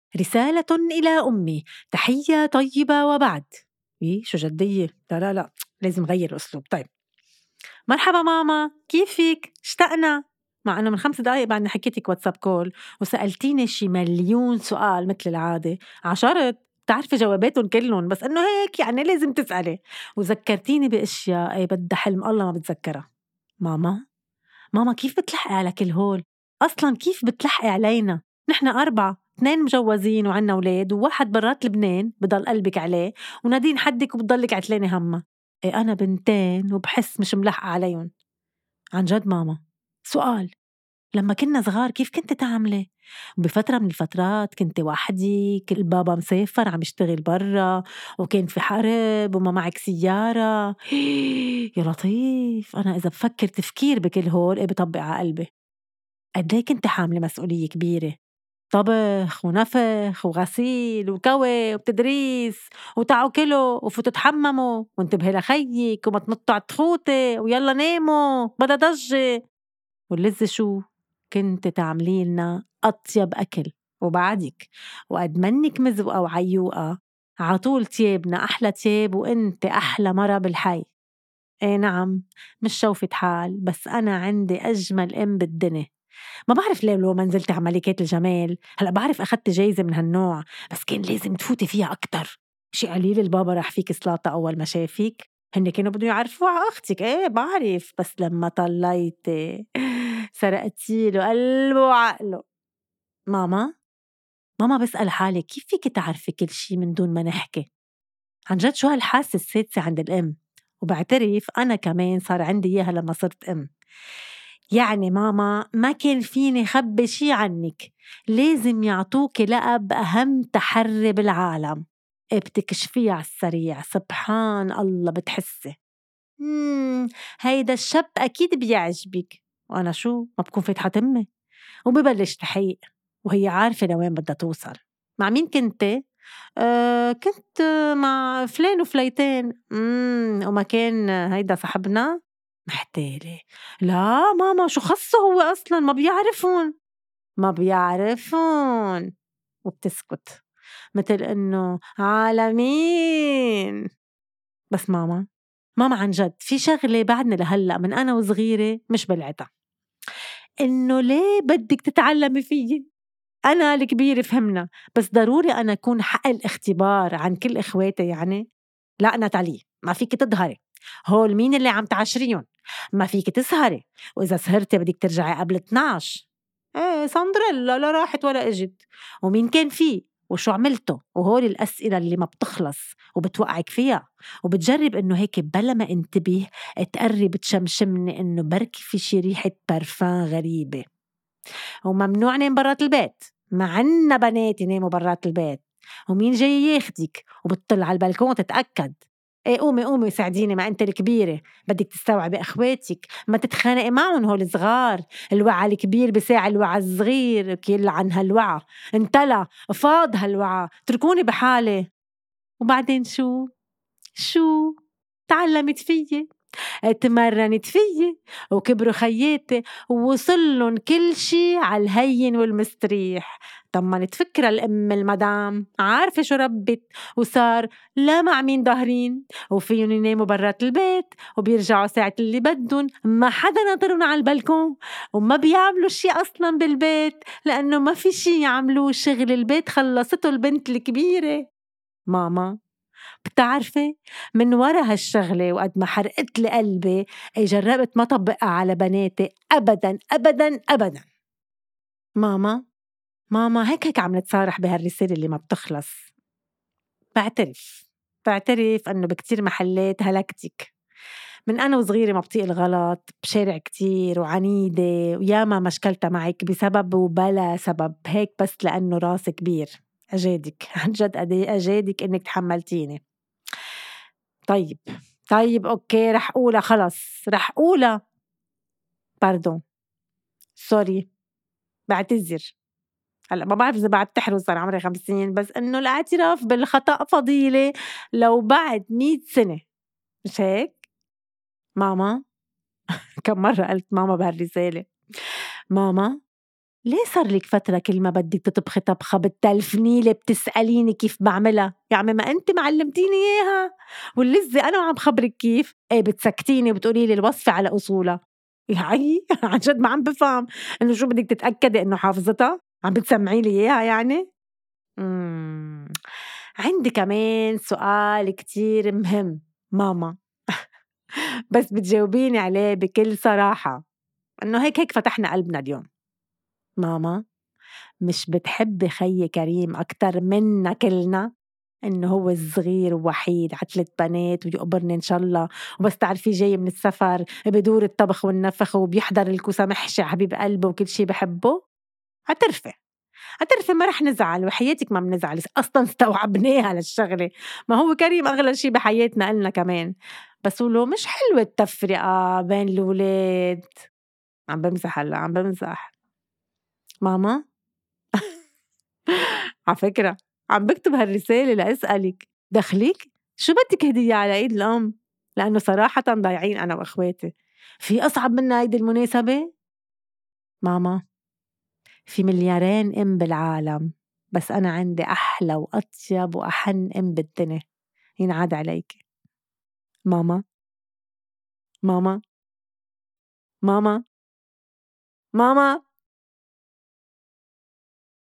رسالة إلى أمي، تحية طيبة وبعد. إيه شو جدية؟ لا لا لا، لازم غير الأسلوب. طيب، مرحبا ماما، كيفك؟ اشتقنا. مع أنه من 5 دقايق بعد ما حكيتك واتساب كول وسألتيني شي مليون سؤال مثل العادة، عشرت بتعرفي جواباتهم كلهم، بس إنه هيك يعني لازم تسألي. وذكرتيني بأشياء أي بدها حلم الله ما بتذكرها. ماما، ماما كيف بتلحقي على كل هول؟ أصلاً كيف بتلحقي علينا؟ نحن 4، 2 مجوزين وعنا أولاد وواحد برات لبنان بضل قلبك عليه، ونادين حدك وبتضلك عتلانة همّا. إيه أنا 2 وبحس مش ملحقة عليهم. عن جد ماما، سؤال، لما كنا صغار كيف كنت تعملي؟ بفترة من الفترات كنت وحدك، البابا مسافر عم يشتغل برا، وكان في حرب وما معك سيارة. يا لطيف، أنا إذا بفكر تفكير بكل هول بطبق على قلبي. قد ايه كنت حاملة مسؤولية كبيرة، طبخ ونفخ وغسيل وكوي وتدريس وتعوا كله وفوتوا تحمموا وانتبهي لخيك وما تنطوا على التخوتة ويلا ناموا بلا ضجة. واللذة شو؟ كنت تعملي لنا أطيب أكل، وبعدك وقد منك مزوقة وعيوقة عطول تيابنا أحلى تياب، وانت أحلى مرة بالحي. ايه نعم، مش شوفة حال، بس أنا عندي أجمل أم بالدنيا. ما بعرف ليه لو ما نزلت على ملكات الجمال، هلأ بعرف أخدت جايزة من هالنوع، بس كان لازم تفوتي فيها أكتر. شي قليل البابا راح فيك سلاطة أول ما شافيك، هن كانوا بدهم يعرفوا على أختك. إيه بعرف، بس لما طليتي سرقتي له قلبه وعقله. ماما، ماما بسأل حالي كيف فيك تعرفي كل شي من دون ما نحكي؟ عن جد شو هالحاسة السادسة عند الأم؟ وبعترف أنا كمان صار عندي إياها لما صرت أم. يعني ماما ما كان فيني خبي شي عنك، لازم يعطوكي لقب أهم تحري بالعالم. بتكشفيه على السريع، سبحان الله بتحسي هيدا الشاب أكيد بيعجبك. وأنا شو ما بكون فاتحة تمي، وببلش تحقيق وهي عارفة لوين بدها توصل. مع مين كنتي؟ كنت مع فلان وفليتين. وما كان هيدا صاحبنا؟ محتالة. لا ماما، شو خصه هو أصلا ما بيعرفون. ما بيعرفون. وبتسكت مثل إنه عالمين. بس ماما، ماما عن جد في شغلة بعدني لهلأ من أنا وصغيرة مش بلعتها، إنه ليه بدك تتعلمي فيي؟ أنا الكبيرة فهمنا، بس ضروري أنا أكون حق الاختبار عن كل إخواتي يعني؟ لا ناتالي، ما فيك تظهري، هول مين اللي عم تعشريهم؟ ما فيك تسهري، وإذا سهرتي بدك ترجعي قبل 12. ايه ساندريلا لا راحت ولا اجت. ومين كان فيه وشو عملته؟ وهول الأسئلة اللي ما بتخلص وبتوقعك فيها، وبتجرب إنه هيك بلا ما انتبه تقرب تشمشمني إنه بركي في شي ريحة برفان غريبة. وممنوع نام برات البيت، ما عنا بنات يناموا برات البيت. ومين جاي ياخدك وبتطل على البلكون تتأكد. ايه قومي قومي ساعديني، ما انت الكبيرة بدك تستوعبي اخواتك، ما تتخانقي معهم هول صغار. الوعى الكبير بساعي الوعى الصغير، كيل عن هالوعى انتلا فاض هالوعى، تركوني بحالي. وبعدين شو تعلمت فيي، اتمرنت فيي، وكبروا خياتي ووصلن كل شي على الهين والمستريح. طمنت فكرة الأم المدام عارفة شو ربت، وصار لا مع مين ظاهرين، وفيهم يناموا برات البيت وبيرجعوا ساعة اللي بدن، ما حدا ناطرن على البلكون، وما بيعملوا شي أصلا بالبيت لأنه ما في شي يعملوه، شغل البيت خلصته البنت الكبيرة. ماما بتعرفي من ورا هالشغلة وقد ما حرقت لي قلبي، جربت ما طبقها على بناتي أبداً أبداً أبداً. ماما، ماما هيك عم نتصارح بهالرسالة اللي ما بتخلص. بعترف أنه بكتير محلات هلكتك، من أنا وصغيرة ما بطيق الغلط، بشارع كتير وعنيدة، وياما مشكلتها معك بسبب وبلا سبب، هيك بس لأنه راسي كبير. أجادك عن جد أجادك إنك تحملتيني. طيب، طيب أوكي رح أقولها، خلص رح أقولها. باردون، سوري، بعتذر. هلأ ما بعرف إذا بعد تحرز صار عمري 50، بس إنه الاعتراف بالخطأ فضيلة لو بعد 100 سنة، مش هيك؟ ماما كم مرة قلت ماما بهالرسالة. ماما ليه صار لك فترة كل ما بدك تطبخي طبخة بتلفنيلي بتسأليني كيف بعملها؟ يا عمي ما أنت معلمتيني إياها، واللذة أنا وعم خبرك كيف. إيه بتسكتيني وبتقولي لي الوصفة على أصولها. يا عي عن جد ما عم بفهم إنه شو بدك تتأكدي إنه حافظتها؟ عم بتسمعي لي إياها يعني؟ مم. عندي كمان سؤال كتير مهم ماما، بس بتجاوبيني عليه بكل صراحة، إنه هيك فتحنا قلبنا اليوم. ماما، مش بتحبي خيي كريم أكتر منا كلنا؟ إنه هو الصغير ووحيد عتلة بنات ويقبرني إن شاء الله، وبس تعرفي جاي من السفر بدور الطبخ والنفخ وبيحضر الكوسة محشي حبيب قلبه وكل شي بحبه. اعترفي اعترفي ما رح نزعل، وحياتك ما بنزعل أصلا استوعبناها للشغلة. ما هو كريم أغلى شي بحياتنا إلنا كمان. بس ولو مش حلوة التفرقة بين الولاد. عم بمزح هلا عم بمزح. ماما على فكرة عم بكتب هالرسالة لأسألك دخلك شو بدك هدية على عيد الأم، لأنه صراحة ضايعين أنا وأخواتي. في أصعب من هيدي المناسبة؟ ماما، في مليارين أم بالعالم، بس أنا عندي أحلى وأطيب وأحن أم بالدنيا. ينعاد عليك. ماما ماما ماما ماما.